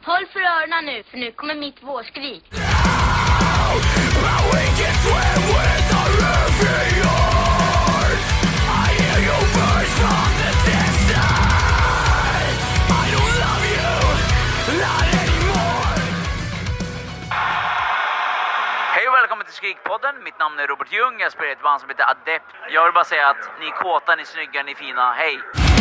Håll för öronen nu, för nu kommer mitt vårskrik. Hej och välkommen till Skrikpodden. Mitt namn är Robert Ljung. Jag spelar i ett band som heter Adept. Jag vill bara säga att ni är kåta, ni är snygga, ni är fina. Hej!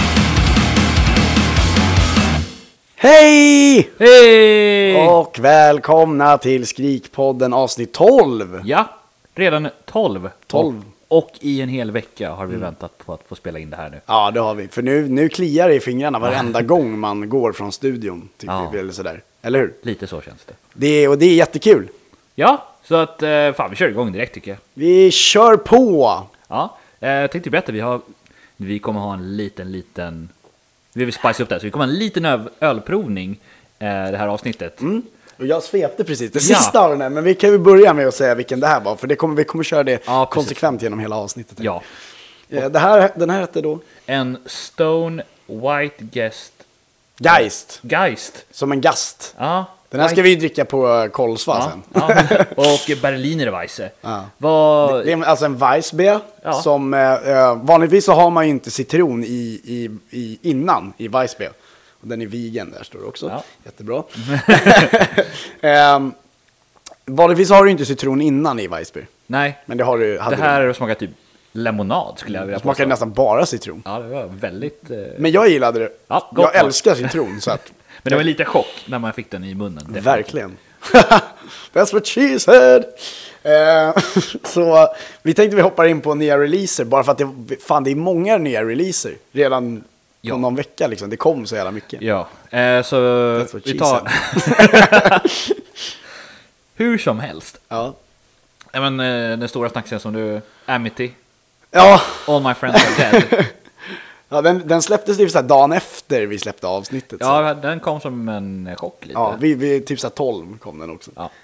Hej! Hej! Och välkomna till Skrikpodden avsnitt 12. Ja, redan 12. 12. Och i en hel vecka har vi väntat på att få spela in det här nu. Ja, det har vi. För nu kliar det i fingrarna varenda gång man går från studion. Tycker vi, eller sådär. Eller hur? Lite så känns det. Det är jättekul. Ja, så att fan, vi kör igång direkt tycker jag. Vi kör på! Ja, jag tänkte berätta, vi kommer ha en liten... Vi vill spice upp det här, så vi kommer ha en liten ölprovning det här avsnittet. Och jag svepte precis det sista av den här, men vi kan ju börja med att säga vilken det här var. För vi kommer köra det konsekvent genom hela avsnittet. Ja. Den här hette då? En Stone White Geist. Som en gast. Ja. Den här ska vi dricka på Kolsva sen. Ja. Och Berliner Weisse. Ja. Vad... Det är alltså en Weissbier som vanligtvis så har man ju inte citron innan i Weissbier. Och den är vegan, där står det också. Ja. Jättebra. Vanligtvis har du inte citron innan i Weissbier. Nej. Men det har du. Det här smakar typ lemonad skulle jag vilja påstå. Smakar nästan bara citron. Ja, det var väldigt... Men jag gillade det. Ja, jag älskar citron så att... Men det var lite chock när man fick den i munnen. Verkligen. That's what she said. Så vi tänkte vi hoppar in på nya releaser. Bara för att det är många nya releaser. Redan på någon vecka liksom. Det kom så jävla mycket. Ja, så vi tar... Hur som helst. Ja. Men den stora snacksen som du... Amity. Ja. All my friends are dead. Ja, den släpptes typ så här dagen efter vi släppte avsnittet. Ja, den kom som en chock lite. Ja, vi typ så här 12 kom den också. Ja.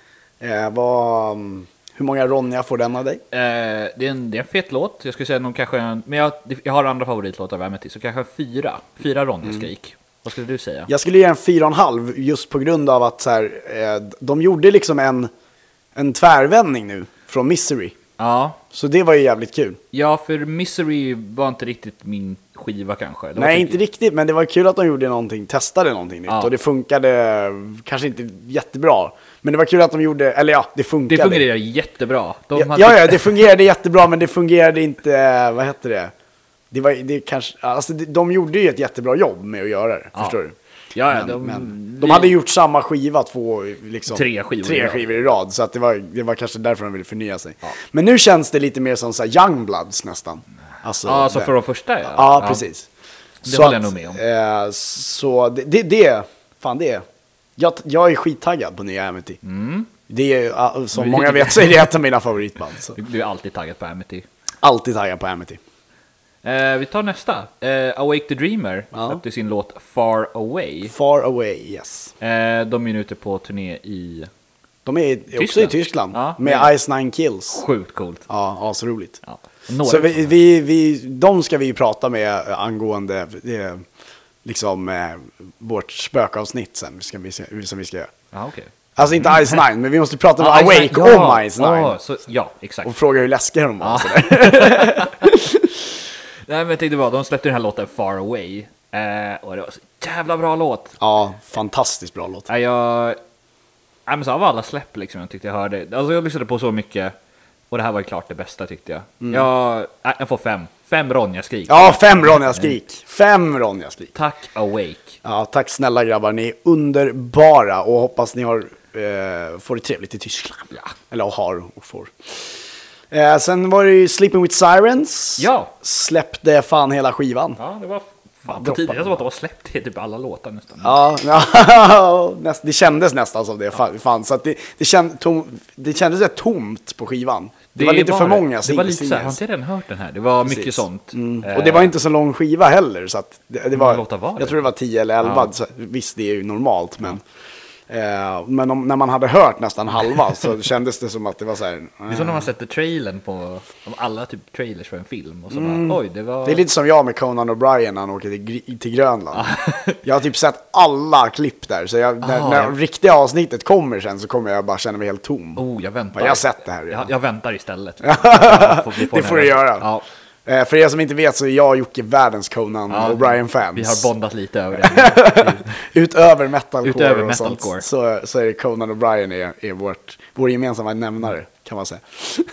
Hur många Ronja får den av dig? Det är en fet låt. Jag skulle säga nog kanske men jag har andra favoritlåtar av Amity, så kanske 4 Ronja-skrik. Vad skulle du säga? Jag skulle ge en 4,5 just på grund av att så här, de gjorde liksom en tvärvändning nu från Misery. Ja. Så det var ju jävligt kul. Ja, för Misery var inte riktigt min skiva kanske. Nej, inte riktigt, men det var kul att de gjorde någonting, testade någonting nytt. Och det funkade kanske inte jättebra. Men det var kul att de gjorde, eller ja, det funkade. Det fungerade jättebra. Ja, det fungerade jättebra, men det fungerade inte, vad heter det? Det kanske, alltså de gjorde ju ett jättebra jobb med att göra det, förstår du? Ja, de hade gjort samma skiva tre skivor i rad. Så att det var kanske därför de ville förnya sig. Men nu känns det lite mer som så här Youngbloods nästan. Alltså för de första, ja, precis. Det håller jag nog med om. Så jag är skittaggad på nya Amity. Det är, som många vet så är det ett av mina favoritband. Så. Du är alltid taggad på Amity. Alltid taggad på Amity. Vi tar nästa. Awake the Dreamer släppte sin låt Far Away. Far Away, yes. De är nu ute på turné i... De är också i Tyskland. Ja, med Ice Nine Kills. Sjukt coolt. Ja, så roligt. Ja. Så de ska vi ju prata med angående vårt spökavsnitt sen som vi ska göra. Ja, okay. Alltså inte Ice Nine, men vi måste prata med Awake om Ice Nine. Ja, exakt. Och fråga hur läskiga de var. Nej, men jag tänkte bara, de släppte den här låten Far Away. Och det var så jävla bra låt. Ja, fantastiskt bra låt. Men så av alla släpp liksom, jag tyckte jag hörde. Alltså jag lyssnade på så mycket. Och det här var ju klart det bästa tyckte jag. Jag får 5. 5 Ronja-skrik. Ja, 5 Ronja-skrik. 5 Ronja-skrik. Tack Awake. Ja, tack snälla grabbar. Ni är underbara. Och hoppas ni får det trevligt i Tyskland. Ja. Eller har och får. Sen var det ju Sleeping with Sirens. Ja. Släppte fan hela skivan. Ja, det var fan på tiden. Jag som att det var släppt i typ alla låtar nästan. Ja, det kändes nästan som det fanns. Så att det kändes rätt tomt på skivan. Det var lite för många. Det var lite så här, har inte redan hört den här? Det var mycket sånt. Och det var inte så lång skiva heller. Så att det var, låtar var det? Jag tror det var 10 eller 11. Så, visst, det är ju normalt. Men Men när man hade hört nästan halva så kändes det som att det var så här. Det är som när man sätter trailern på alla typ trailers för en film och så bara, oj, det var... Det är lite som jag med Conan O'Brien när han åker till Grönland. Jag har typ sett alla klipp där, så när riktiga avsnittet kommer sen så kommer jag bara känna mig helt tom. Jag väntar. Jag har sett det här. Jag väntar istället. Det får du göra. Ja. För er som inte vet så är jag och Jocke världens Conan O'Brien-fans. Vi har bondat lite över det. Utöver metalcore, Utöver och metalcore. sånt, så är det Conan O'Brien är vår gemensamma nämnare, kan man säga.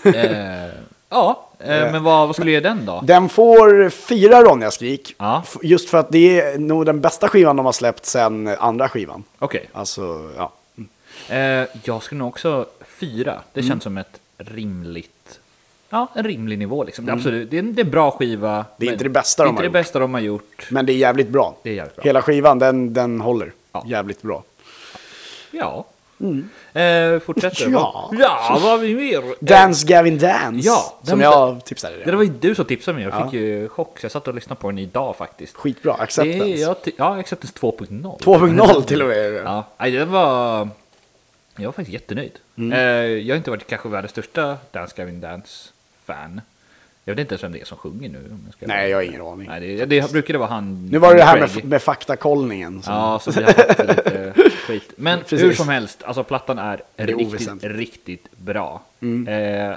Men vad skulle ge den då? Den får 4 Ronja-skrik. Ja. Just för att det är nog den bästa skivan de har släppt sen andra skivan. Okej. Alltså, ja. Jag skulle nog också 4. Det känns som ett rimligt... Ja, en rimlig nivå liksom. Absolut, det är en bra skiva. Det är inte det bästa de har gjort. Det bästa de har gjort. Men det är jävligt bra. Det är jävligt bra. Hela skivan, den håller. Ja. Jävligt bra. Ja. Fortsätter. Ja. Vad har vi mer? Dance Gavin Dance. Ja, som jag tipsade. Det var ju du som tipsade mig. Jag fick ju chock. Så jag satt och lyssnade på den idag faktiskt. Skitbra. Acceptance. Acceptance 2.0. 2.0 till och med. Ja, det var... Jag var faktiskt jättenöjd. Jag har inte varit kanske världens största Dance Gavin Dance-fan. Jag vet inte ens vem det är som sjunger nu. Nej, jag har ingen aning. Nej, det brukar det vara han. Nu var det här med faktakollningen. Ja, så vi har fått lite skit. Men hur som helst, alltså plattan är riktigt bra. Den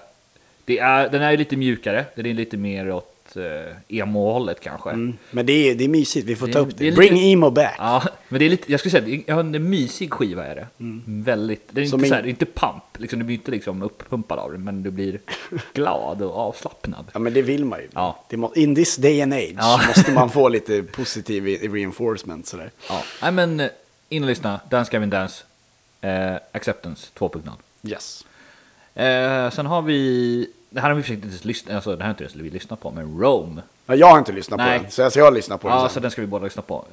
är lite mjukare. Den är lite mer åt emo-hållet kanske. Men det är mysigt, vi får ta upp det. Bring emo back. Ja, men det är lite, jag skulle säga, en mysig skiva är det. Väldigt, det är inte så här, inte pump, liksom, du blir inte liksom uppumpad av det, men du blir glad och avslappnad. Ja, men det vill man ju. Ja. In this day and age måste man få lite positiv reinforcement sådär. Ja, nej men in och lyssna, Dance Gavin Dance, Acceptance 2.0. Yes. Sen har vi, det här har vi försökt inte lyssna, alltså det här har inte vi lyssnat på, men Rome. Ja, jag har inte lyssnat på den, så jag ska lyssna på den. Ja, så den ska vi båda lyssna på.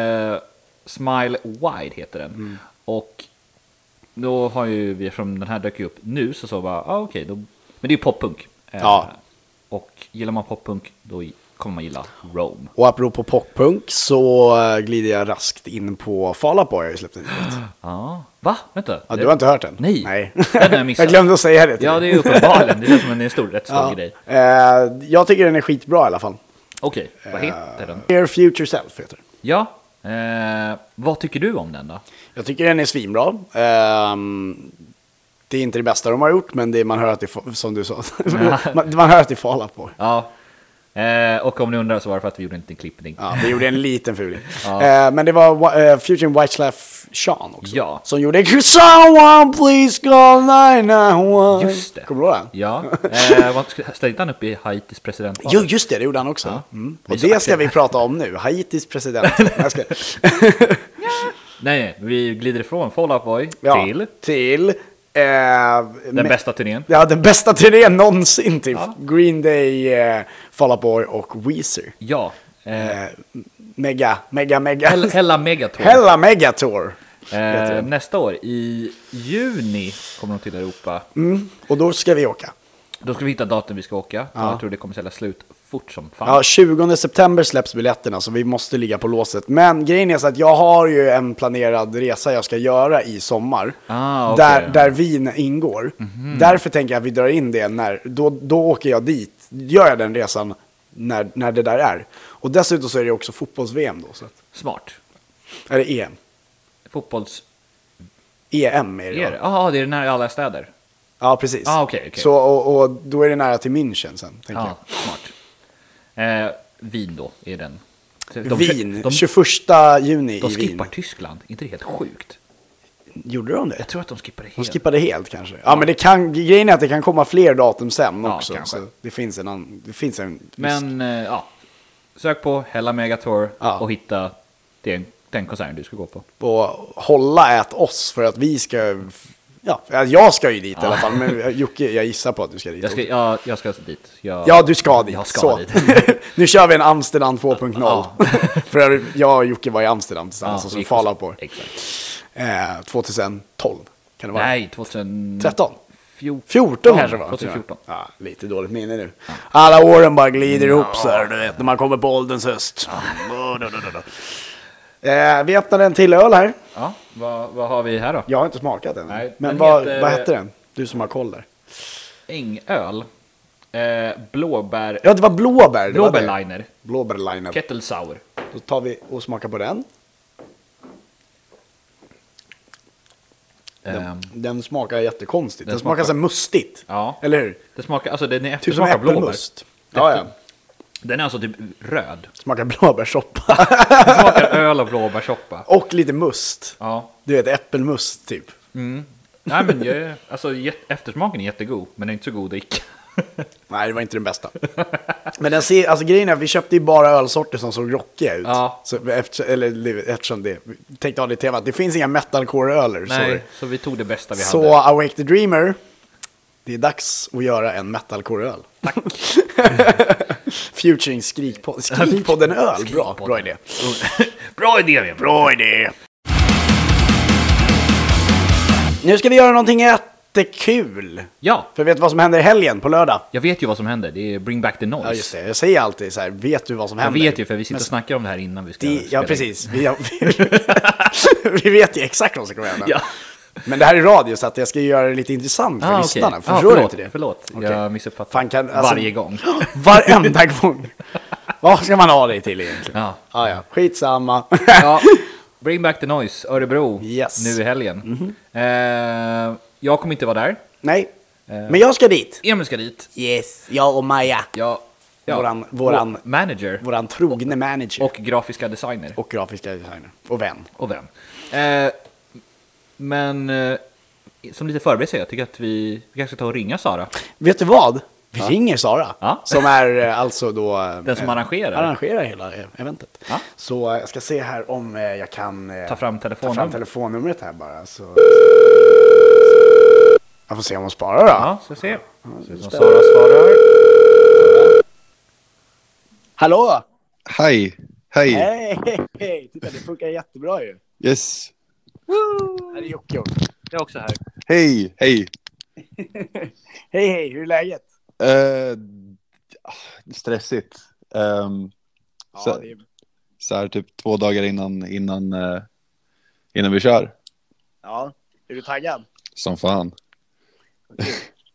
Smile Wide heter den. Och då har ju vi, från den här dök upp nu, så bara, okej, då, men det är ju poppunk. Och gillar man poppunk, då kommer man gilla Rome. Och apropå poppunk så glider jag raskt in på Fall Out Boy jag har släppt in. Ja, va? Vänta. Ja, du har inte hört den? Nej. Den har jag missat. Jag glömde att säga det till dig. Det är uppenbarligen. Det känns som en rätt stor grej. Jag tycker den är skitbra i alla fall. Okej, vad heter den? Your Future Self heter den. Ja. Vad tycker du om den då? Jag tycker den är svinbra. Det är inte det bästa de har gjort, men man hör att det, som du sa, man hör att det Fall Out Boy. Ja. Och om ni undrar så var det för att vi gjorde inte en klippning. Ja, vi gjorde en liten fuling. Men det var Future Whiteslaff Sean också. Ja. Som gjorde Someone please call 991. Just det. Kommer du ihåg den? Ja. Ställde han upp i Haitis presidentval? Jo, just det gjorde han också. Ja. Och det ska vi prata om nu. Haitis president. Nej, vi glider ifrån Fall Out Boy till den bästa turnén. Ja, den bästa turnén någonsin typ. Ja. Green Day, Fall Out Boy och Weezer. Ja. Mega. Hella Megatour. Hella Megatour. Nästa år, i juni, kommer de till Europa. Och då ska vi åka. Då ska vi hitta datum vi ska åka. Ja. Jag tror det kommer sälja slut fort som fan. Ja, 20 september släpps biljetterna, så vi måste ligga på låset. Men grejen är så att jag har ju en planerad resa jag ska göra i sommar. Okay. Där Wien ingår. Därför tänker jag att vi drar in det då åker jag dit. Gör jag den resan när det där är. Och dessutom så är det också fotbolls-VM då. Så att... Smart. Är det EM? EM är det. Ja, det är nära alla städer. Ja, precis. Okay. Så, och då är det nära till München sen, tänker jag. Smart. Wien då är den. Wien, 21 juni i Wien. De skippar Tyskland, inte det helt sjukt? Gjorde de det? Jag tror att de skippade helt. De skippade helt kanske. Ja, men grejen är att det kan komma fler datum sen också. Kanske. Så det finns en men, sök på Hella Megatour och hitta den konserten du ska gå på. Och hålla oss för att vi ska... Ja, jag ska ju dit i alla fall, men Jocke, jag gissar på att du ska dit. Jag ska dit. Ja, du ska dit. Jag ska dit. Nu kör vi en Amsterdam 2.0. För jag och Jocke var i Amsterdam tillsammans och så Fall Out Boy. Exakt. 2012 kan det vara. Nej, 2013. 14 kanske var. 2014. Ja, lite dåligt minne nu. Alla åren bara glider ihop så här, du vet, när man kommer på ålderns höst. Vi öppnade en till öl här. Ja, vad har vi här då? Jag har inte smakat den. Nej, men vad heter den? Du som har koll där. Ängöl. Blåbär. Ja, det var blåbär. Blåbärliner. Blåbärliner. Kettle sour. Då tar vi och smakar på den. Den smakar jättekonstigt. Den smakar så mustigt. Ja. Eller hur? Det smakar, alltså den är typ som äppelmust. Ja. Den är alltså typ röd. Smakar blåbärssoppa. Det smakar öl och blåbärssoppa. Och lite must. Ja. Du vet, äppelmust typ. Mm. Nej, men alltså, eftersmaken är jättegod, men den är inte så god att dricka. Nej, det var inte den bästa. Men den ser, alltså grejen är att vi köpte ju bara ölsorter som såg rockiga ut. Ja. Så eftersom det tänkte ha det temat. Det finns inga metalcore-öler. Nej, så vi tog det bästa vi hade. Så Awake the Dreamer, det är dags att göra en metalcore-öl. Tack. Futuring Skrikpodden öl. Bra idé. Bra idé. Bra idé. Nu ska vi göra någonting jättekul. Ja. För vet du vad som händer i helgen på lördag? Jag vet ju vad som händer. Det är Bring Back the Noise. Ja, just det. Jag säger alltid så här, vet du vad som händer? Jag vet ju, för vi sitter och snackar om det här innan vi ska spela. Ja, precis. Vi vet ju exakt vad som kommer hända. Ja. Men det här är radio, så att jag ska göra det lite intressant för lyssnarna. Förstår du inte det? Förlåt, okay. Jag missuppfattar varje gång. Varenda gång. Vad ska man ha det till egentligen? Ja. Skitsamma. Ja. Bring Back the Noise, Örebro, nu i helgen. Jag kommer inte vara där. Nej, men jag ska dit. Emil ska dit. Yes, jag och Maja. Ja. Våran manager. Våran trogne manager. Och grafiska designer. Och vän. Men som lite förberedelse, jag tycker att vi kanske ska ta och ringa Sara. Vet du vad? Vi ringer Sara. Ja. Som är alltså då... Den som arrangerar hela eventet. Ja. Så jag ska se här om jag kan... Ta fram telefonnumret här bara. Så... Jag får se om hon sparar då. Ja, ska se. Om Sara svarar. Hallå! Hej! Hej! Titta, det funkar jättebra ju. Yes. Woo! Här är Jocke. Jag är också här. Hej! Hej, hur är läget? Stressigt. Så här typ 2 dagar innan vi kör. Ja, är du taggad? Som fan. Okay.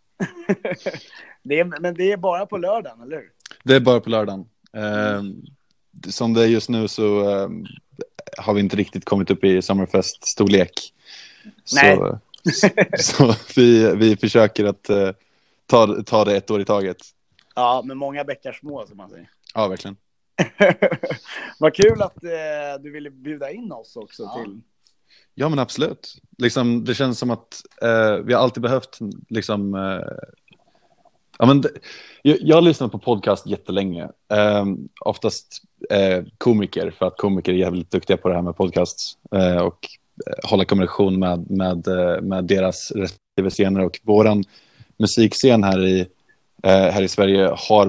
Men det är bara på lördagen, eller hur? Det är bara på lördagen. Som det är just nu så har vi inte riktigt kommit upp i Summerfest-storlek. Nej. Så vi försöker att ta det 1 år i taget. Ja, med många bäckar små, som man säger. Ja, verkligen. Vad kul att du ville bjuda in oss också till... Ja, men absolut. Liksom, det känns som att vi har alltid behövt liksom... jag har lyssnat på podcast jättelänge. Oftast komiker, för att komiker är jävligt duktiga på det här med podcasts. Och hålla kommunikation med deras respektive scener. Och våran musikscen här i Sverige har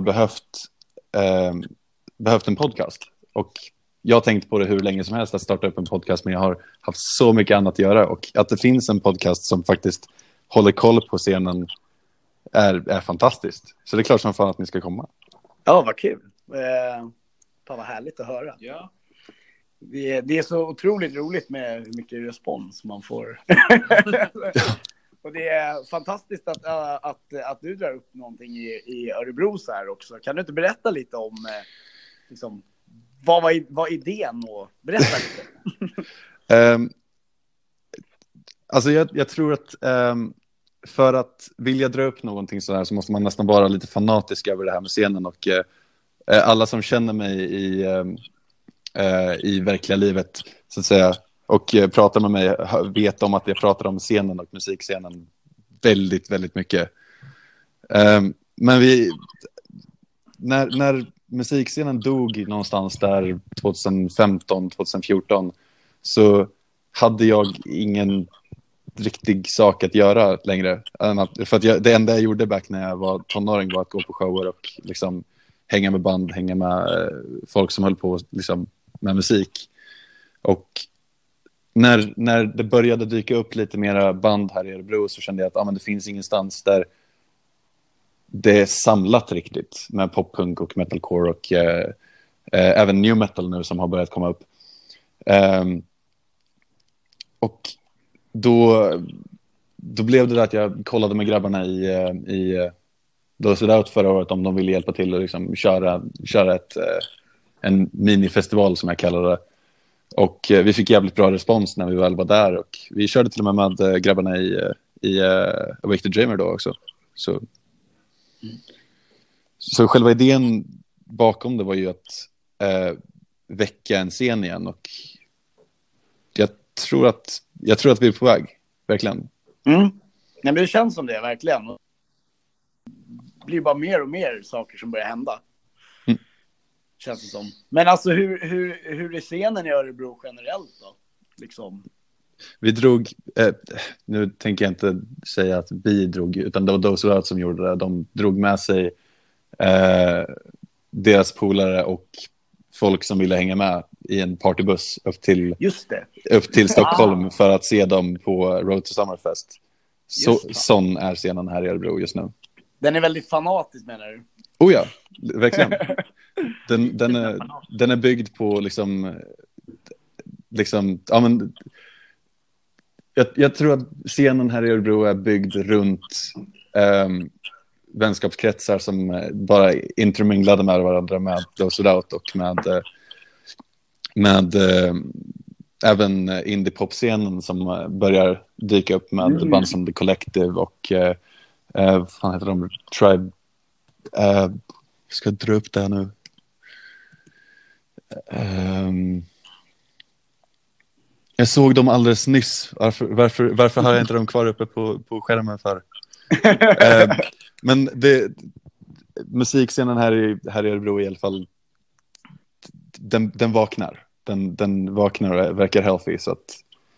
behövt en podcast. Och jag har tänkt på det hur länge som helst att starta upp en podcast, men jag har haft så mycket annat att göra. Och att det finns en podcast som faktiskt håller koll på scenen är fantastiskt. Så det är klart som fan att ni ska komma. Ja, vad kul. Fan, vad härligt att höra. Ja. Det är så otroligt roligt med hur mycket respons man får. Och det är fantastiskt att du drar upp någonting i Örebro så här också. Kan du inte berätta lite om liksom, vad var idén, och berätta lite? Alltså jag tror att för att vilja dra upp någonting så här så måste man nästan vara lite fanatisk över det här med scenen. Och alla som känner mig i verkliga livet så att säga och pratar med mig vet om att jag pratar om scenen och musikscenen väldigt, väldigt mycket. Men när musikscenen dog någonstans där 2015-2014 så hade jag ingen riktig sak att göra längre. För att det enda jag gjorde back när jag var tonåring var att gå på shower och liksom hänga med band, hänga med folk som höll på liksom, med musik. Och när det började dyka upp lite mera band här i Örebro så kände jag att men det finns ingenstans där det är samlat riktigt med poppunk och metalcore och även new metal nu som har börjat komma upp. Och då blev det där att jag kollade med grabbarna i Those Without förra året om de ville hjälpa till och liksom köra en minifestival som jag kallar det. Och vi fick jävligt bra respons när vi väl var där. Och vi körde till och med grabbarna i Awake the Dreamer då också. Så själva idén bakom det var ju att väcka en scen igen. Och jag tror att vi är på väg, verkligen. Nej, men det känns som det, verkligen. Det blir bara mer och mer saker som börjar hända. Känns det som. Men alltså hur är scenen i Örebro generellt då? Liksom. Vi drog, nu tänker jag inte säga att vi drog, utan det var Those Without som gjorde det. De drog med sig deras polare och folk som ville hänga med i en partybuss upp till Stockholm för att se dem på Road to Summerfest. Sån är scenen här i Örebro just nu. Den är väldigt fanatisk, menar du? Oh ja, verkligen. Den är byggd på liksom ja, men jag tror att scenen här i Örebro är byggd runt vänskapskretsar som bara interminglade med varandra med Those Without och med även indie-pop-scenen som börjar dyka upp med band som The Collective och vad fan heter de? Tribe. Ska jag dra upp det här nu? Jag såg dem alldeles nyss. Varför har jag inte dem kvar uppe på skärmen för? Men musikscenen här i Örebro i alla fall, den vaknar. Den vaknar och verkar healthy, så att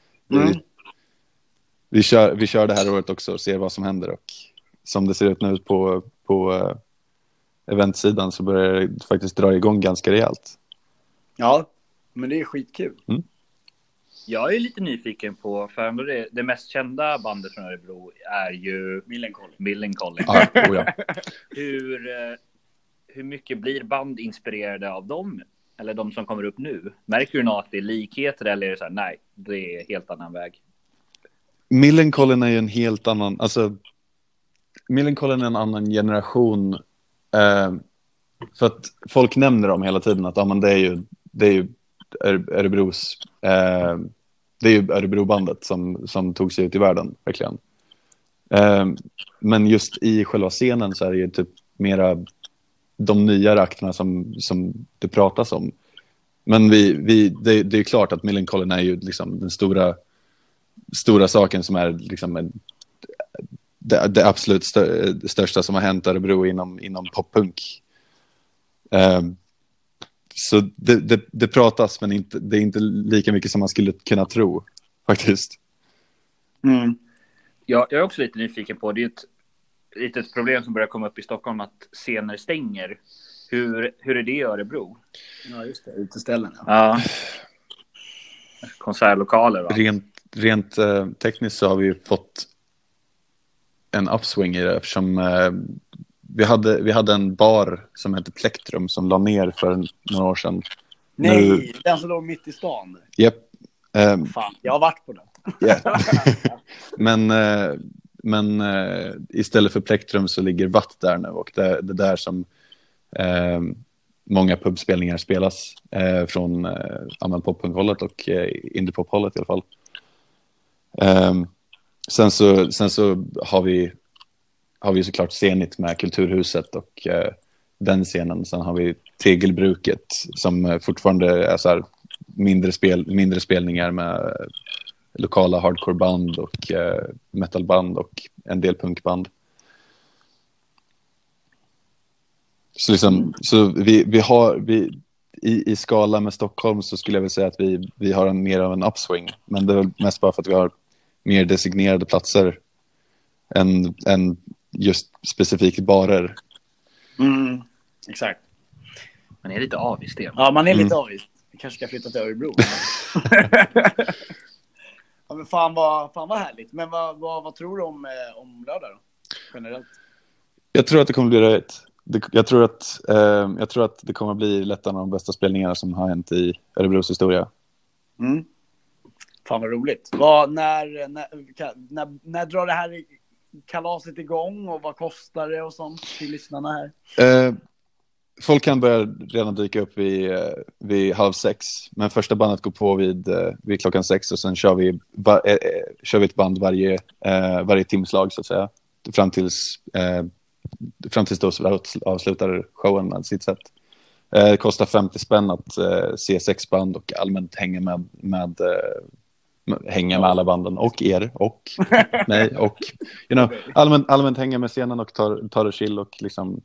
vi kör det här året också och ser vad som händer. Och som det ser ut nu på eventsidan så börjar det faktiskt dra igång ganska rejält. Ja, men det är skitkul. Jag är lite nyfiken på, för ändå det mest kända bandet från Örebro är ju Millencolin. Ja. Hur mycket blir band inspirerade av dem? Eller de som kommer upp nu? Märker du något att det är likheter, eller är det så här, nej, det är helt annan väg? Millencolin är ju en helt annan, alltså Millencolin är en annan generation, för att folk nämner dem hela tiden att men det är ju Örebros det är ju Örebrobandet som tog sig ut i världen, verkligen. Men just i själva scenen så är det ju typ mera de nya akterna som det pratas om. Men det är ju klart att Millencolin är ju liksom den stora saken som är liksom det absolut största som har hänt Örebro inom poppunk. Så det pratas, men det är inte lika mycket som man skulle kunna tro, faktiskt. Jag är också lite nyfiken på, det är ett litet problem som börjar komma upp i Stockholm, att scener stänger. Hur är det i Örebro? Ja, just det, uteställen. Ja. Konsertlokaler, va? Rent tekniskt så har vi ju fått en upswing i det, eftersom vi hade en bar som hette Plektrum som la ner för några år sedan. Nej, den som låg mitt i stan. Japp. Fan, jag har varit på den. Yeah. Men istället för Plektrum så ligger Watt där nu, och det är där som många pubspelningar spelas från poppunkhållet och indie-pop-hållet i alla fall. Sen så har vi såklart Zenit med Kulturhuset och den scenen. Sen har vi Tegelbruket som fortfarande är så här mindre spelningar med lokala hardcoreband och metalband och en del punkband. Så liksom, så vi har i skala med Stockholm så skulle jag vilja säga att vi har mer av en upswing, men det är mest bara för att vi har mer designerade platser än just specifikt barer. Exakt. Man är lite avis det. Ja, man är lite avis. Vi kanske ska flytta till Örebro. Ja, men fan vad härligt. Men vad tror du om lördag då? Generellt. Jag tror att det kommer bli rätt. Jag tror att det kommer bli lätt en av de bästa spelningarna som har hänt i Örebros historia. Fan vad roligt. När drar det här kalaset igång och vad kostar det och sånt till lyssnarna här? Folk kan börja redan dyka upp vid 5:30, men första bandet går på vid 6:00 och sen kör vi ett band varje timslag så att säga fram tills då avslutar showen med sitt sätt. Det kostar 50 spänn att se 6 band och allmänt hänga med alla banden och er och mig och allmänt hänga med scenen och ta det chill och liksom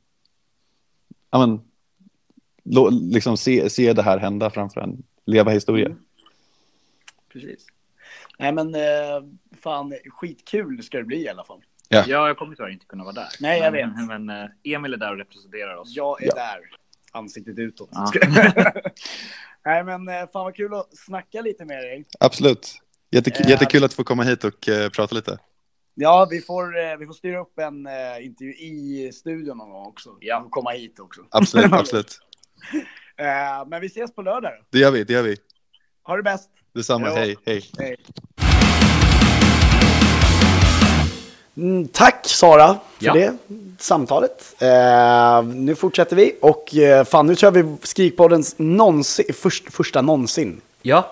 se det här hända framför en, leva historia. Precis. Nej men fan, skitkul ska det bli i alla fall. Ja, jag kommer tyvärr inte kunna vara där. Nej, jag vet. Men Emil är där och representerar oss. Jag är där, ansiktet utåt. Ja. Nej men fan vad kul att snacka lite med dig. Absolut. Jättekul att få komma hit och prata lite. Ja, vi får styra upp en intervju i studion någon gång också. Ja, och komma hit också. Absolut. Men vi ses på lördag då. Det gör vi. Ha det bäst. Detsamma, hej. Tack Sara för det samtalet. Nu fortsätter vi och nu kör vi Skrikpoddens första någonsin. Ja.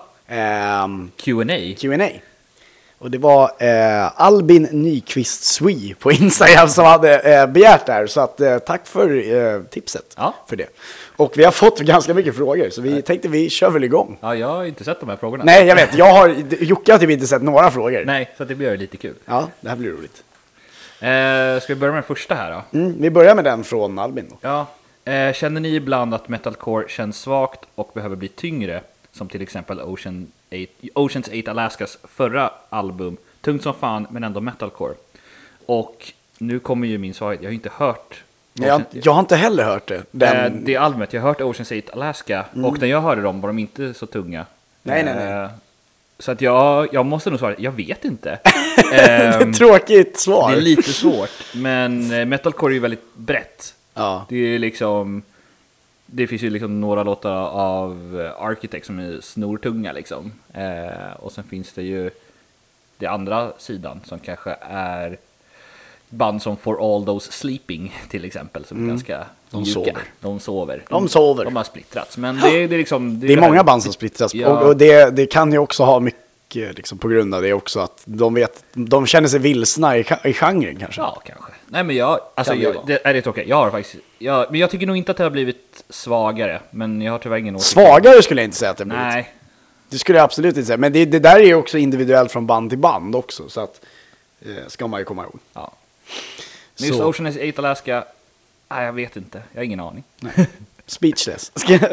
Q&A. Och det var Albin Nyqvist Swe på Instagram som hade begärt det här. Så att, tack för tipset för det. Och vi har fått ganska mycket frågor, så vi tänkte vi kör väl igång. Ja, jag har inte sett de här frågorna. Nej, jag vet. Jocke har typ inte sett några frågor. Nej, så det blir lite kul. Ja, det här blir roligt. Ska vi börja med den första här då? Vi börjar med den från Albin då. Ja. Känner ni ibland att metalcore känns svagt och behöver bli tyngre? Som till exempel Ocean's 8 Alaskas förra album. Tungt som fan, men ändå metalcore. Och nu kommer ju min svaghet. Jag har inte hört... Jag har inte heller hört det. Det albumet. Jag har hört Ocean's 8 Alaska. Och när jag hörde dem var de inte så tunga. Nej. Så att jag måste nog svara, jag vet inte. Det är ett tråkigt svar. Det är lite svårt. Men metalcore är ju väldigt brett. Ja. Det är liksom... Det finns ju liksom några låtar av Architect som är snortunga liksom. Och sen finns det ju det andra sidan som kanske är band som For All Those Sleeping till exempel, som är ganska mjuka. De sover. De har splittrats. Men det är liksom... Det är många band som splittras. Ja. Och det kan ju också ha mycket liksom, på grund av det också, att de känner sig vilsna i genren kanske. Ja, kanske. Nej, men det är okej. Jag har faktiskt... men jag tycker nog inte att det har blivit svagare. Men jag har tyvärr ingen åsikt. Svagare skulle jag inte säga att det har blivit. Nej. Det skulle jag absolut inte säga. Men det där är ju också individuellt från band till band också. Så att ska man ju komma ihåg. Ja. Men just Ocean's 8 Alaska... Nej, jag vet inte. Jag har ingen aning. Nej. Speechless.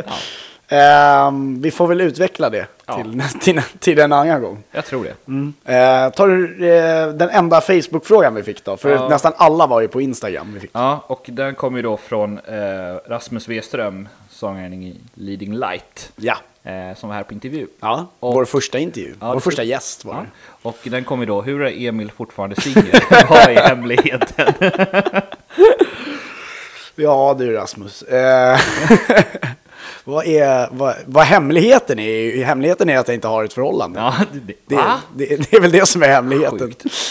Vi får väl utveckla det till en annan gång. Jag tror det. Tar du den enda Facebook-frågan vi fick då? För nästan alla var ju på Instagram vi fick. Ja, och den kom ju då från Rasmus Weström, sångaren i Leading Light. Ja. Som var här på intervju. Ja, vår första intervju. Vår första gäst var det. Och den kom ju då, hur är Emil fortfarande singel? Vad är hemligheten? Ja du Rasmus. Vad hemligheten är? Hemligheten är att jag inte har ett förhållande. Ja, det är väl det som är hemligheten.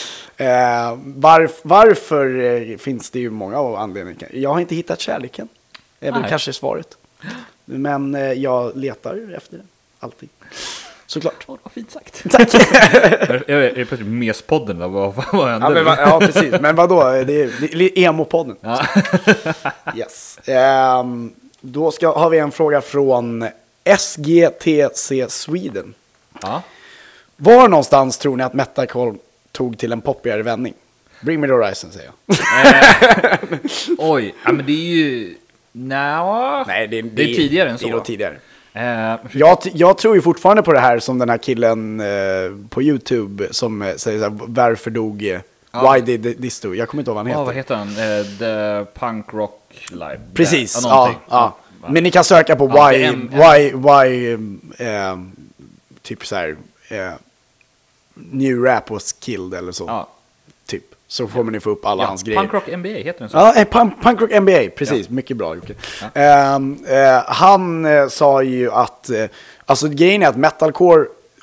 Varför finns det ju många anledningar. Jag har inte hittat kärleken. Det är väl kanske svaret. Men jag letar efter den. Alltid. Såklart. Vad fint sagt. Tack. Jag är plötsligt Mespodden. Vad händer? Ja, precis. Men vadå? Det är emo-podden. Ja. Yes. Då har vi en fråga från SGTC Sweden. Ja. Var någonstans tror ni att metalcore tog till en poppigare vändning? Bring Me The Horizon, säger jag. Oj, men det är ju... Nej, det är tidigare än så. Det är nog tidigare. Jag tror ju fortfarande på det här som den här killen på YouTube som säger så här, varför dog Why Did This Do? Jag kommer inte ihåg vad han heter. Vad heter han? The Punk Rock Live. Precis, ja. Men ni kan söka på why typ så här New Rap was killed eller så. Ja. Typ. Så får ni få upp alla hans grejer. Punk Rock NBA heter den så. Ja, Punk Rock NBA, precis. Ja. Mycket bra. Han sa ju att alltså grejen är att metalcore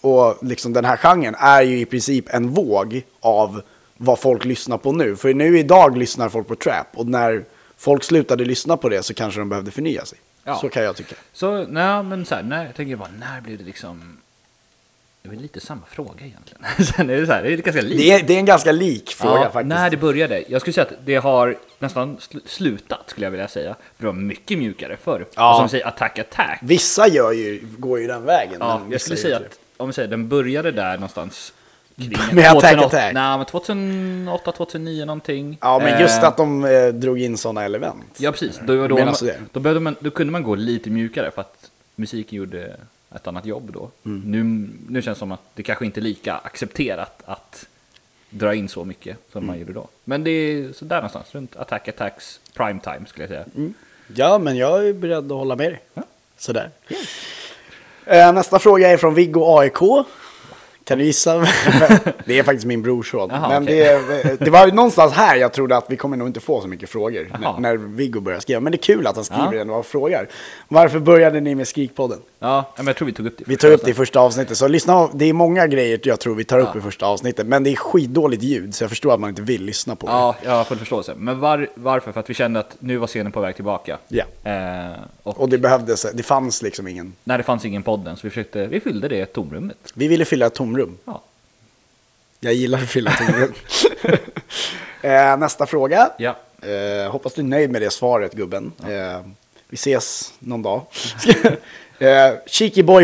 och liksom den här genren är ju i princip en våg av vad folk lyssnar på nu. För nu idag lyssnar folk på trap. Och när folk slutade lyssna på det så kanske de behövde förnya sig. Ja. Så kan jag tycka. Så, nej, men så här, jag tänker bara, när blev det liksom... Det är väl lite samma fråga egentligen. Sen är det så här, det är ganska lik. Det är en ganska lik fråga faktiskt. När det började. Jag skulle säga att det har nästan slutat, skulle jag vilja säga. För det var mycket mjukare förr. Ja. Som säger attack. Vissa går ju den vägen. Ja, jag skulle säga att, om vi säger, den började där någonstans kring med attack. Nej, men 2008, 2009 någonting. Ja, men just att de drog in sådana element. Ja, precis. Då kunde man gå lite mjukare för att musiken gjorde ett annat jobb då. Nu känns det som att det kanske inte är lika accepterat att dra in så mycket som man gjorde då. Men det är så där någonstans, runt attacks prime time skulle jag säga. Ja, men jag är beredd att hålla med dig. Ja. Sådär. Nästa fråga är från Viggo AIK. Kan du gissa? Det är faktiskt min brorson. Men okay. det var ju någonstans här jag trodde att vi kommer nog inte få så mycket frågor när Viggo börjar skriva. Men det är kul att han skriver ändå och frågar. Varför började ni med Skrikpodden? Ja, men jag tror vi tog upp det. Vi tog upp det i första avsnittet. Så lyssna, det är många grejer jag tror vi tar upp i första avsnittet. Men det är skitdåligt ljud så jag förstår att man inte vill lyssna på det. Ja, jag har full förståelse. Men varför? För att vi kände att nu var scenen på väg tillbaka. Ja. Och det behövdes, det fanns liksom ingen... Nej, det fanns ingen podden. Så vi fyllde det tomrummet. Vi ville fylla ett tomrum. Ja. Jag gillar att fylla tomrum. Nästa fråga. Ja. Hoppas du är nöjd med det svaret, gubben. Ja. Vi ses någon dag. Cheeky Boy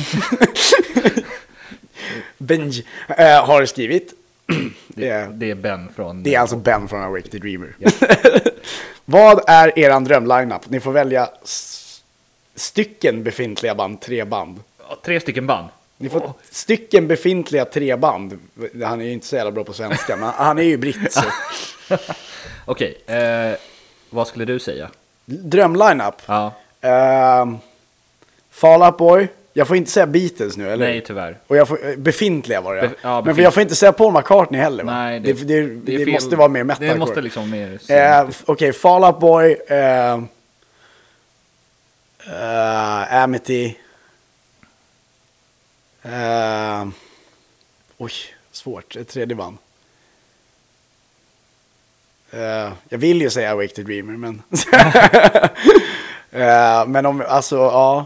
Benj har skrivit. Det är Ben från... Det är alltså Ben från Awake the Dreamer. Ja. Vad är eran drömlineup? Ni får välja stycken befintliga band, 3 band. 3 stycken band. Ni får stycken befintliga 3 band. Han är ju inte så jävla bra på svenska, men han är ju britt. Okej, vad skulle du säga? Drömlineup? Ja. Fall Out Boy. Jag får inte säga Beatles nu, eller? Nej, tyvärr. Och jag får, befintliga var det. Men jag får inte säga Paul McCartney heller, va? Nej, det måste vara mer metalcore. Det måste liksom mer... Okej, Fall Out Boy. Amity. Oj, svårt. Ett tredje band. Jag vill ju säga Awake the Dreamer, men... men om, alltså, ja...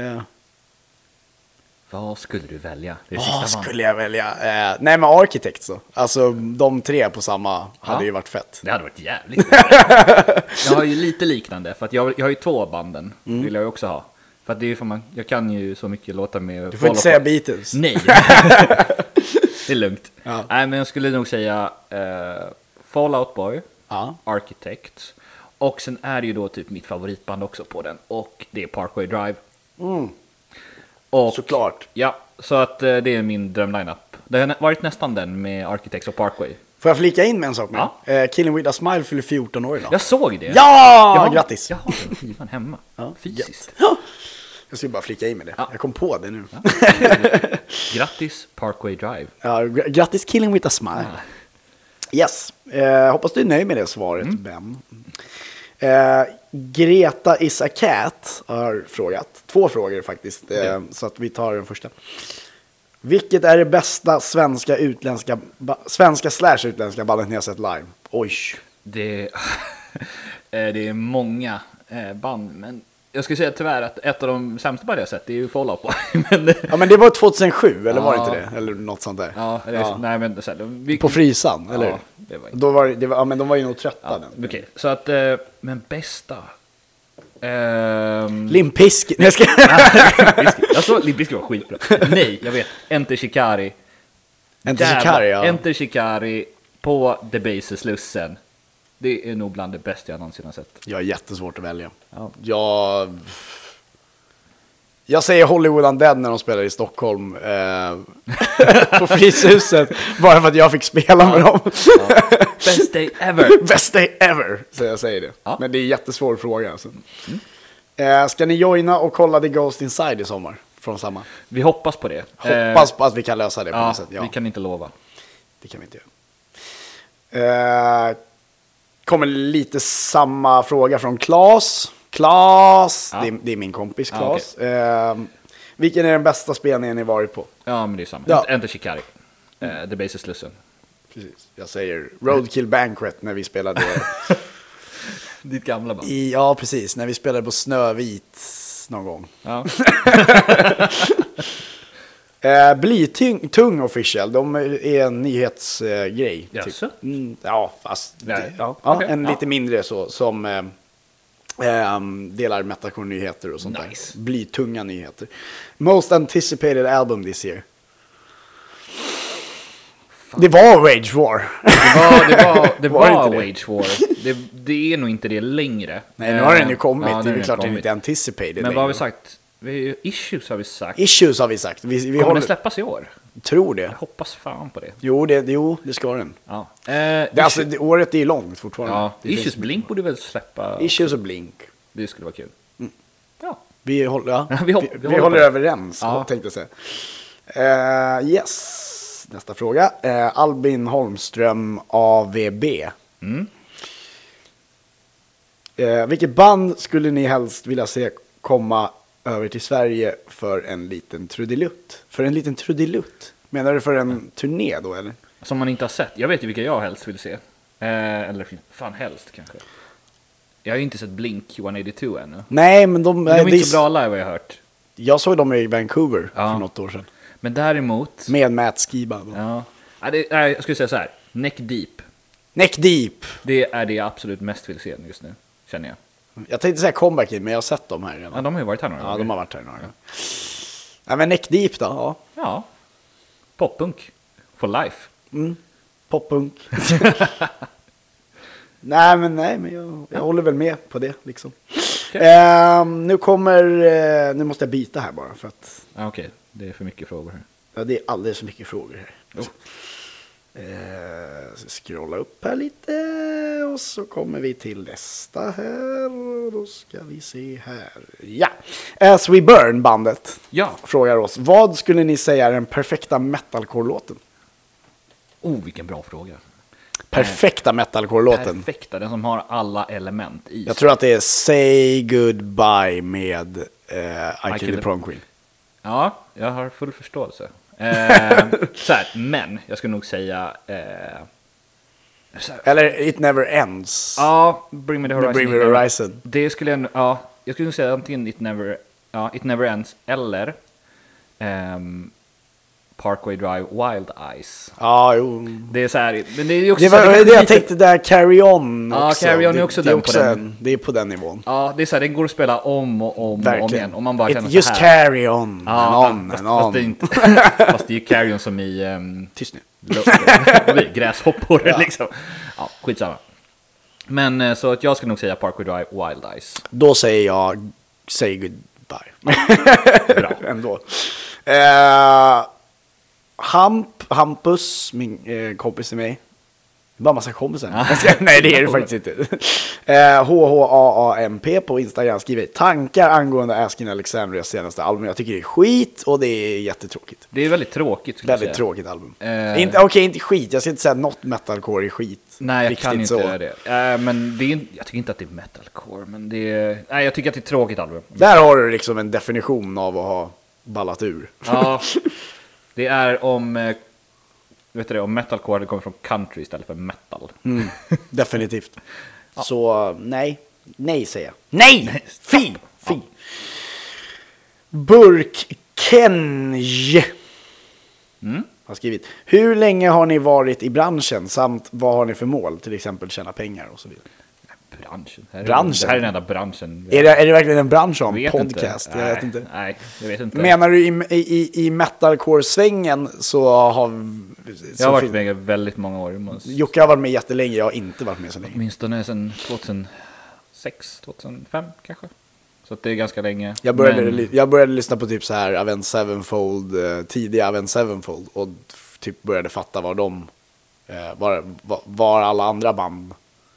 Vad skulle du välja? Vad skulle jag välja? Nej, men Architects så. Alltså, de 3 på samma hade ju varit fett. Det hade varit jävligt. Jag har ju lite liknande, för att jag har ju 2 banden. Vill jag ju också ha. För att det är för jag kan ju så mycket låta med... Du får inte säga Beatles. Nej. Det är lugnt. Ja. Nej, men jag skulle nog säga Fall Out Boy, Architects. Och sen är det ju då typ mitt favoritband också på den. Och det är Parkway Drive. Och, såklart. Ja, så att det är min drömlineup. Det har varit nästan den med Architects och Parkway. Får jag flika in med en sak med? Ja. Killing With A Smile fyller 14 år idag. Jag såg det. Ja, grattis. Jag har den skivan hemma. Fysiskt. Ja. Jag ska bara flika in med det. Ja. Jag kom på det nu. Ja. Grattis Parkway Drive. Ja, grattis Killing With A Smile. Ja. Yes. Hoppas du är nöjd med det svaret, Ben. Greta Is A Cat har frågat. 2 frågor faktiskt. Så att vi tar den första. Vilket är det bästa svenska utländska bandet ni har sett live? Oj. Det är många band, men jag skulle säga tyvärr att ett av de sämsta band jag sett är ju Fall Out Boy. Men det var 2007, eller var det inte det? Eller något sånt där. Nej, men så här, på Frysan, eller? Ja, det var inte. Då var men de var ju nog trötta. Okej, så att men bästa Limp Bizkit. Jag såg Limp Bizkit var skitbra. Nej, jag vet. Enter Shikari. Enter Shikari på The Base Slussen. Det är nog bland det bästa jag någonsin har sett. Jag är jättesvårt att välja. Jag säger Hollywood Undead när de spelar i Stockholm på Fryshuset, bara för att jag fick spela med dem. Best day ever. Best day ever, så jag säger det. Ja. Men det är en jättesvår fråga. Alltså. Ska ni joina och kolla The Ghost Inside i sommar? Från samma. Vi hoppas på det. Hoppas på att vi kan lösa det på något sätt. Ja. Vi kan inte lova. Det kan vi inte göra. Kommer lite samma fråga från Claes. Det är min kompis Claes. Okay. Vilken är den bästa spelningen ni varit på? Ja, men det är samma. Enter Shikari. The Base Slussen. Precis. Jag säger Roadkill Banquet när vi spelade... Ditt gamla band. Ja, precis. När vi spelade på Snövit någon gång. Ja. Blytung Official, de är en nyhetsgrej. Yes. Typ. Ja, fast Okay. lite mindre så, som delar metalcore-nyheter och sånt där. Blytunga nyheter. Most anticipated album this year. Det var Wage War. Det var Wage War. Det är nog inte det längre. Nej, nu har den ju kommit. Det är klart att det inte är anticipated. Men vad har vi sagt? Issues har vi sagt. Issues har vi sagt. Vi kommer den släppas i år? Tror det. Jag hoppas fan på det. Jo, det ska den. Ja. Året är långt fortfarande. Ja, Issues Blink borde väl släppa. Issues och Blink. Det skulle vara kul. Ja. Vi håller, vi håller överens, tänkte jag säga. Yes. Nästa fråga. Albin Holmström AVB. Vilket band skulle ni helst vilja se komma över till Sverige för en liten trudelutt? För en liten trudelutt? Menar du för en turné då, eller? Som man inte har sett. Jag vet ju vilka jag helst vill se. Eller fan helst kanske. Jag har ju inte sett Blink 182 ännu. Nej, men de är inte så bra live, har jag hört. Jag såg dem i Vancouver för något år sedan. Men däremot... Med Matt Skiba. Ja. Jag skulle säga så här. Neck Deep. Neck Deep. Det är det jag absolut mest vill se just nu, känner jag. Jag tänkte säga Comeback In, men jag har sett dem här redan. Ja, de har ju varit här några gånger. Ja, de har varit här några gånger. Ja, men Neck Deep då? Ja. Ja. Poppunk. For life. Poppunk. nej, men jag håller väl med på det, liksom. Okay. Nu måste jag byta här bara för att... Okej. Det är för mycket frågor här. Ja, det är alldeles för mycket frågor här. Scrolla upp här lite och så kommer vi till nästa här och då ska vi se här. Ja, As We Burn bandet frågar oss. Vad skulle ni säga är den perfekta metalcore-låten? Vilken bra fråga. Perfekta metalcore-låten. Perfekta, den som har alla element i. Jag tror att det är Say Goodbye med I Kill the Prom Queen. Ja, jag har full förståelse. Så här, men jag skulle nog säga eller It Never Ends. Ja, Bring Me the Horizon. Bring Me the Horizon. Det skulle jag skulle nog säga antingen It Never Ends eller Parkway Drive Wild Eyes. Ja, jo. Det är så här, men det är också det jag tänkte där Carry On också. Ja, Carry On är också den på den. Det är på den nivån. Ja, det är så här, den går att spela om och om igen. Och man bara känner just så här. Carry On. Fast det är inte. Fast det är Carry On som i tyst nu. Gräshoppor liksom. Ja, skitsamma. Men så att jag skulle nog säga Parkway Drive Wild Eyes. Då säger jag Say Goodbye. Bra. Ändå. Hampus, min kompis till mig. Bara massa kompisar. Nej, det är det faktiskt inte. HHAAMP på Instagram skriver tankar angående Asking Alexandrias senaste album. Jag tycker det är skit och det är jättetråkigt. Det är väldigt tråkigt. Väldigt tråkigt album. Inte skit. Jag ska inte säga något metalcore är skit. Nej, jag kan inte göra det. Men det är, jag tycker inte att det är metalcore. Men det är, nej, jag tycker att det är ett tråkigt album. Där har du liksom en definition av att ha ballat ur. Ja. Det är om metalcore kommer från country istället för metal. Definitivt. Ja. Så nej säger jag. Nej! Fy! Burk Kenj har skrivit. Hur länge har ni varit i branschen samt vad har ni för mål? Till exempel tjäna pengar och så vidare. Branschen? Det här är den enda branschen. Är det verkligen en bransch om podcast? Jag vet inte. Nej, jag vet inte. Menar du i metalcore-svängen så har... Jag har varit med väldigt många år. Jocke har varit med jättelänge, jag har inte varit med så länge. Åtminstone sedan 2006, 2005 kanske. Så att det är ganska länge. Jag började lyssna på typ så här Avenged Sevenfold, tidiga Avenged Sevenfold och typ började fatta var alla andra band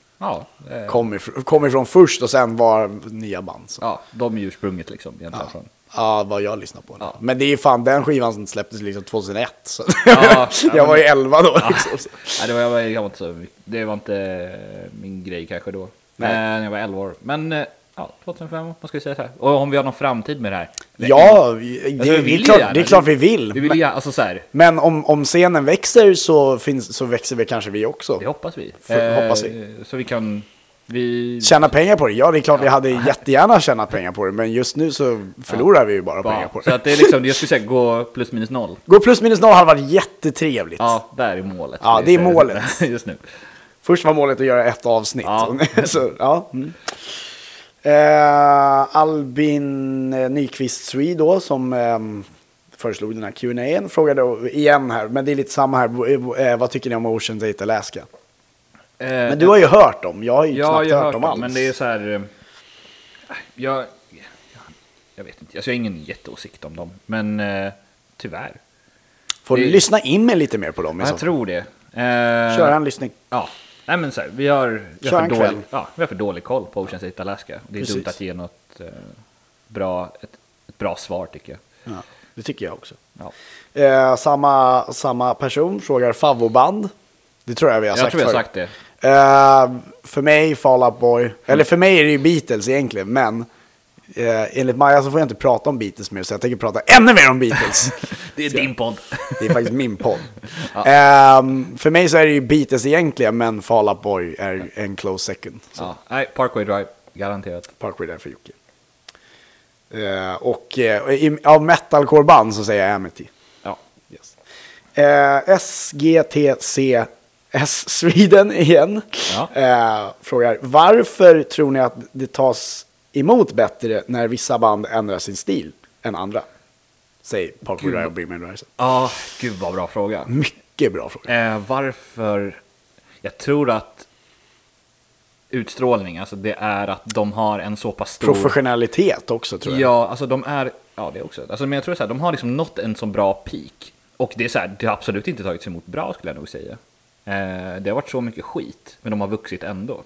kom ifrån först och sen var nya band. Så. Ja, de är ju ursprunget liksom. Ja, vad jag lyssnar på. Ja. Men det är ju fan den skivan som släpptes liksom 2001. Så. Jag var ju 11 då. Liksom. Ja, det var inte min grej kanske då. När jag var 11 år. Men 2005, vad ska vi säga så här. Och om vi har någon framtid med det här. Ja, det är klart vi vill. Vi vill alltså så här. Men om scenen växer så växer vi kanske vi också. Det hoppas vi. Hoppas vi. Så vi kan... Tjäna pengar på det? Ja, det är klart vi hade jättegärna tjänat pengar på det. Men just nu så förlorar vi ju bara pengar på det. Så att det är liksom, jag skulle säga gå plus minus noll. Gå plus minus noll har varit jättetrevligt. Ja, där är målet. Ja, det är målet. Just nu. Först var målet att göra ett avsnitt. Ja. Så, ja. Albin Nyqvist Swede då, som föreslog den här Q&A frågade igen här, men det är lite samma här. Vad tycker ni om Ocean's 8 Alaska? Men du har ju hört dem. Jag har ju knappt hört dem alls. Men det är så här... Jag vet inte. Alltså, jag har ingen jätteåsikt om dem. Men tyvärr. Får du lyssna in med lite mer på dem? Jag tror det. Kör en lyssning. Ja. Nej, men så här, vi har för dålig koll på Ocean's 8 Alaska. Det är dumt att ge något ett bra svar, tycker jag. Ja, det tycker jag också. Ja. Samma person frågar favoritband. Det tror jag vi har sagt. Jag tror jag har sagt det. För mig Fall Out Boy. Eller för mig är det ju Beatles egentligen. Men enligt Maja så får jag inte prata om Beatles mer. Så jag tänker prata ännu mer om Beatles. Det är din podd. Det är faktiskt min podd. För mig så är det ju Beatles egentligen. Men Fall Out Boy är en close second. Ja. Nej, Parkway Drive. Garanterat. Parkway Drive för Jocke. Av metalcore-band så säger jag Amity. Ja. Yes. SGTC Sweden igen. Frågar, varför tror ni att det tas emot bättre när vissa band ändrar sin stil än andra? Säg Parkway Drive och Bring Me the Horizon. Ja, gud vad bra fråga. Mycket bra fråga. Varför? Jag tror att utstrålning, alltså det är att de har en så pass stor... Professionalitet också, tror jag. Ja, alltså de är... Ja, det också. Alltså, men jag tror så här, de har liksom nått en så bra peak. Och det är så här, det har absolut inte tagits emot bra, skulle jag nog säga. Det har varit så mycket skit, men de har vuxit ändå.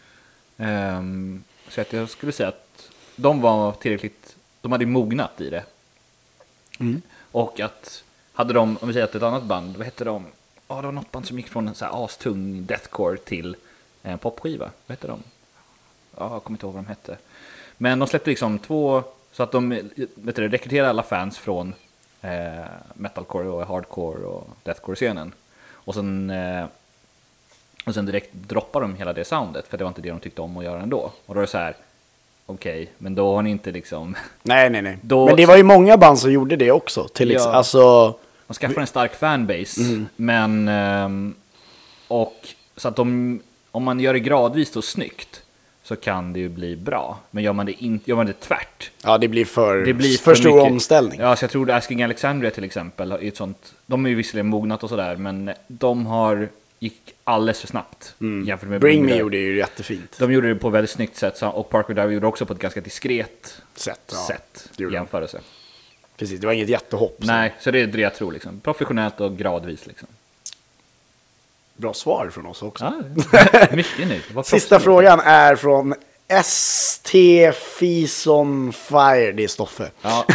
Så att jag skulle säga att de var tillräckligt... De hade mognat i det. Mm. Och att hade de, om vi säger att ett annat band, vad hette de? Det var något band som gick från en så här astung deathcore till en popskiva. Vad hette de? Jag kommer inte ihåg vad de hette. Men de släppte liksom 2, så att de rekryterade alla fans från metalcore och hardcore och deathcore-scenen. Och sen direkt droppade de hela det soundet, för det var inte det de tyckte om att göra ändå. Och då är det så här, okej, men då har ni inte liksom... Nej. Men det var ju många band som gjorde det också. Alltså... De skaffar en stark fanbase, men... och så att om man gör det gradvis och snyggt så kan det ju bli bra. Men gör man det tvärt... Ja, det blir för stor mycket, omställning. Ja, så jag tror att Asking Alexandria till exempel är ett sånt... De är ju visserligen mognat och sådär, men de gick alldeles för snabbt jämfört med Bring Me gjorde ju jättefint. De gjorde det på ett väldigt snyggt sätt, och Parkway Drive gjorde också på ett ganska diskret sätt jämförelse. Precis, det var inget jättehopp. Nej, så det är det jag tror liksom. Professionellt och gradvis liksom. Bra svar från oss också. Ja, mycket nu. Sista frågan är från ST Fison Fire. Det är Stoffe. Ja.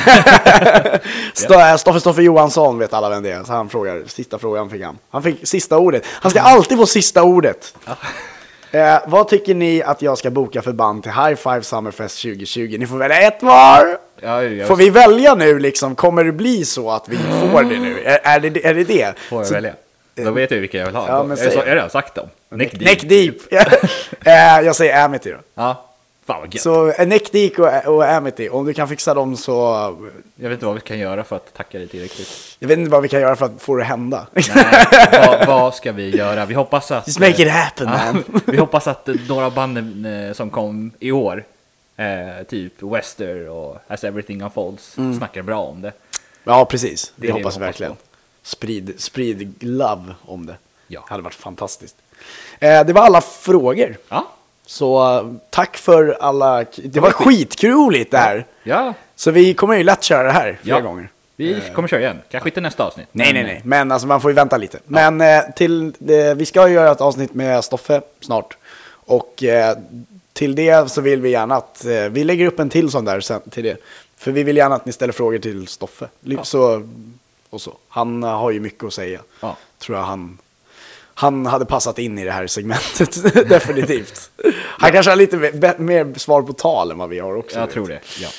Stoffe Johansson vet alla vem det är. Så han frågar, sista frågan fick han. Han fick sista ordet. Han ska alltid få sista ordet. Vad tycker ni att jag ska boka för band till High Five Summerfest 2020? Ni får välja ett var. Får vi välja nu liksom? Kommer det bli så att vi får det nu? Är det det? Får jag välja? Då vet jag vilka jag vill ha. Ja, men jag har redan sagt dem. Neck Deep. Jag säger Amity då. Ja, fan vad gött. Så Neck Deep och Amity, om du kan fixa dem så... Jag vet inte vad vi kan göra för att tacka dig tillräckligt. Jag vet inte vad vi kan göra för att få det hända. Nej, vad ska vi göra? Vi hoppas att... Just make it happen, man. Vi hoppas att några banden som kom i år, typ Wester och As Everything Unfolds, snackar bra om det. Ja, precis. Det hoppas vi verkligen. Sprid love om det. Ja. Det hade varit fantastiskt. Det var alla frågor. Ja. Så tack för alla... Det var skitkroligt det här. Ja. Så vi kommer ju lätt köra det här flera gånger. Vi kommer köra igen. Kanske inte nästa avsnitt. Nej. Men alltså man får ju vänta lite. Ja. Men vi ska göra ett avsnitt med Stoffe snart. Och till det så vill vi gärna att... vi lägger upp en till sån där sen till det. För vi vill gärna att ni ställer frågor till Stoffe. Ja. Så. Han har ju mycket att säga. Ja. Tror jag han hade passat in i det här segmentet. Definitivt. Han kanske har lite mer svar på tal än vad vi har också. Jag tror det, ja.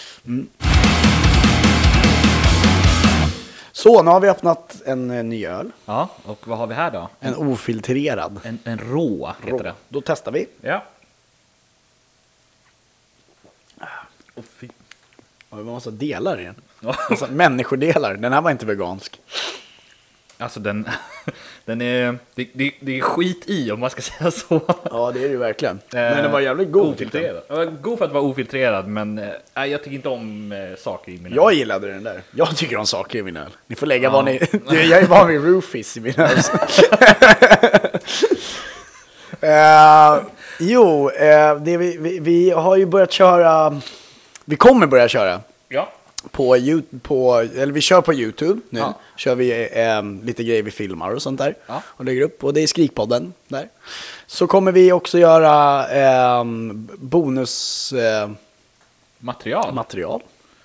Så, nu har vi öppnat en ny öl. Ja, och vad har vi här då? En ofiltrerad. En rå heter det. Då testar vi. Ja. Fy. Det var en massa delar i den. Alltså, människodelar. Den här var inte vegansk. Alltså den är... Det är skit i, om man ska säga så. Ja, det är det verkligen. Men den var jävligt god. Ofiltrerad. Den var god för att vara ofiltrerad, men jag tycker inte om saker i min öl. Jag gillade den där. Jag tycker om saker i min öl. Ni får lägga vad ni... Jag är van vid roofies i min öl. Vi har ju börjat köra... Vi kommer börja köra. Ja. Eller vi kör på YouTube nu. Ja. Kör vi lite grejer vi filmar och sånt där. Ja. Och lägger upp. Och det är Skrikpodden där. Så kommer vi också göra bonus material.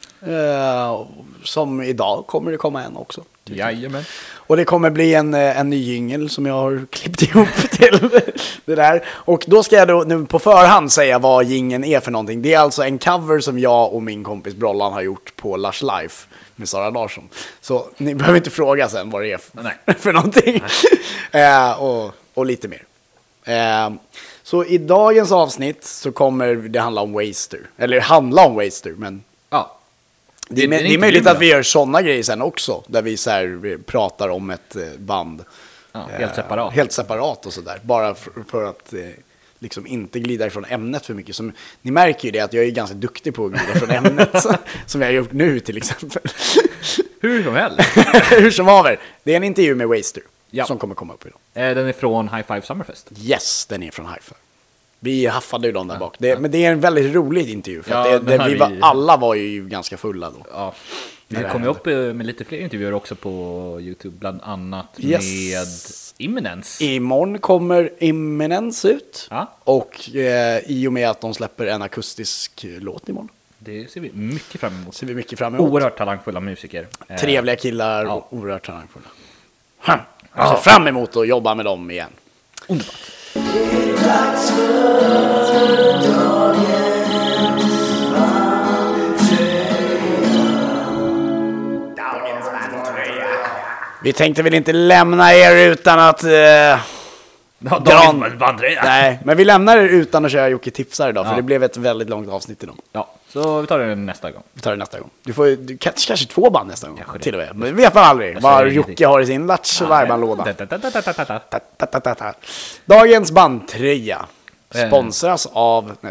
Som idag kommer det komma en också. Jajamän. Och det kommer bli en ny jingle som jag har klippt ihop till det där. Och då ska jag då nu på förhand säga vad jingeln är för någonting. Det är alltså en cover som jag och min kompis Brollan har gjort på Lush Life med Sara Larsson. Så ni behöver inte fråga sen vad det är för någonting. Och lite mer. Så i dagens avsnitt så kommer det handla om Waster. Eller handla om Waster, men... Ja. Det är möjligt att vi gör sådana grejer sen också. Där vi så här pratar om ett band. Ja, helt separat och sådär. Bara för att liksom inte glida ifrån ämnet för mycket. Som, ni märker ju det att jag är ganska duktig på att glida från ämnet. Som jag har gjort nu till exempel. Hur som helst. Hur som haver. Det är en intervju med Waster. Som kommer komma upp idag. Den är från High Five Summerfest. Yes, den är från High Five. Vi haffade ju dem där bak. Men det är en väldigt rolig intervju. För att alla var ju ganska fulla då. Ja. Det kommer upp med lite fler intervjuer också på YouTube. Bland annat med Imminence. Imorgon kommer Imminence ut. Ja. Och i och med att de släpper en akustisk låt imorgon. Det ser vi mycket fram emot. Oerhört talangfulla musiker. Trevliga killar och oerhört talangfulla. Jag ser fram emot att jobba med dem igen. Underbart. Vi tänkte väl inte lämna er utan att nej, men vi lämnar er utan att köra Jocke tipsar idag. För det blev ett väldigt långt avsnitt idag. Ja, så vi tar det nästa gång. Du kanske 2 band nästa gång till och med. Men vi vet man aldrig vad Jocke har i sin låda. Dagens bandtröja sponsras av... Nej,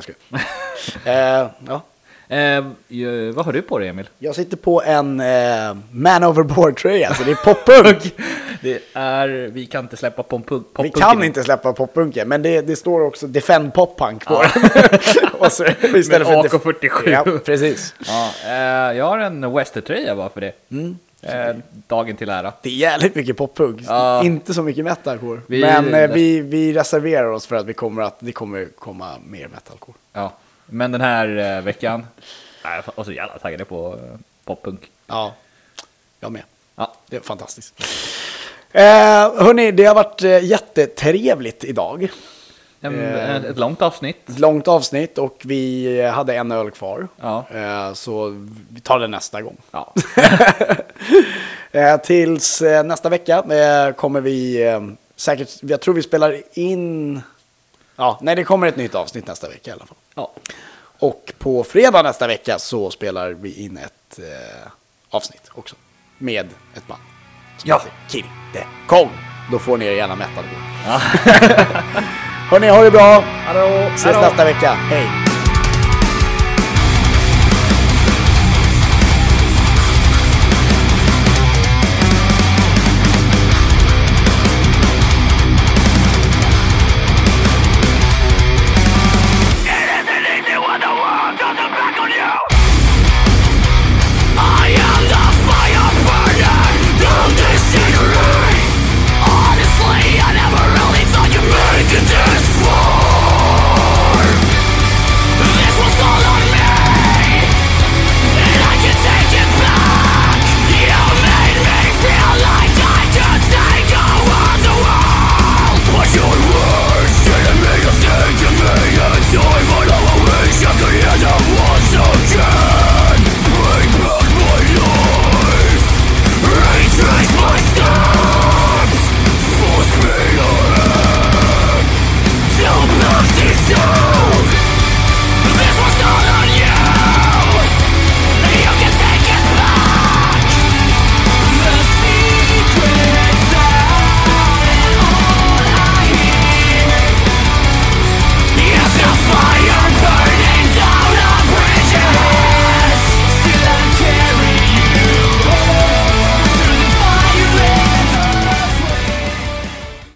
vad har du på dig, Emil? Jag sitter på en Man Overboard-tröja, så det är poppunk. Vi kan inte släppa poppunk. Vi kan inte släppa poppunken, men det står också Defend Pop-punk på den. Och så, istället för AK47. Ja, precis. Jag har en Wester-tröja bara för det. Dagen till ära. Det är jävligt mycket poppunk. Inte så mycket metalcore. Men vi reserverar oss för att det kommer komma mer metalcore. Ja. Men den här veckan är jag så jävla taggad på poppunk. Ja, jag med. Ja, det är fantastiskt. Hörrni, det har varit jättetrevligt idag. Ett långt avsnitt. Ett långt avsnitt och vi hade en öl kvar. Ja. Så vi tar det nästa gång. Ja. Tills nästa vecka kommer vi säkert, jag tror vi spelar in... Ja, nej, det kommer ett nytt avsnitt nästa vecka i alla fall. Ja. Och på fredag nästa vecka så spelar vi in ett avsnitt också. Med ett band. Som heter Kill the Kong. Då får ni gärna metal. Ja. Hörrni, ha det bra. Ses nästa vecka. Hej.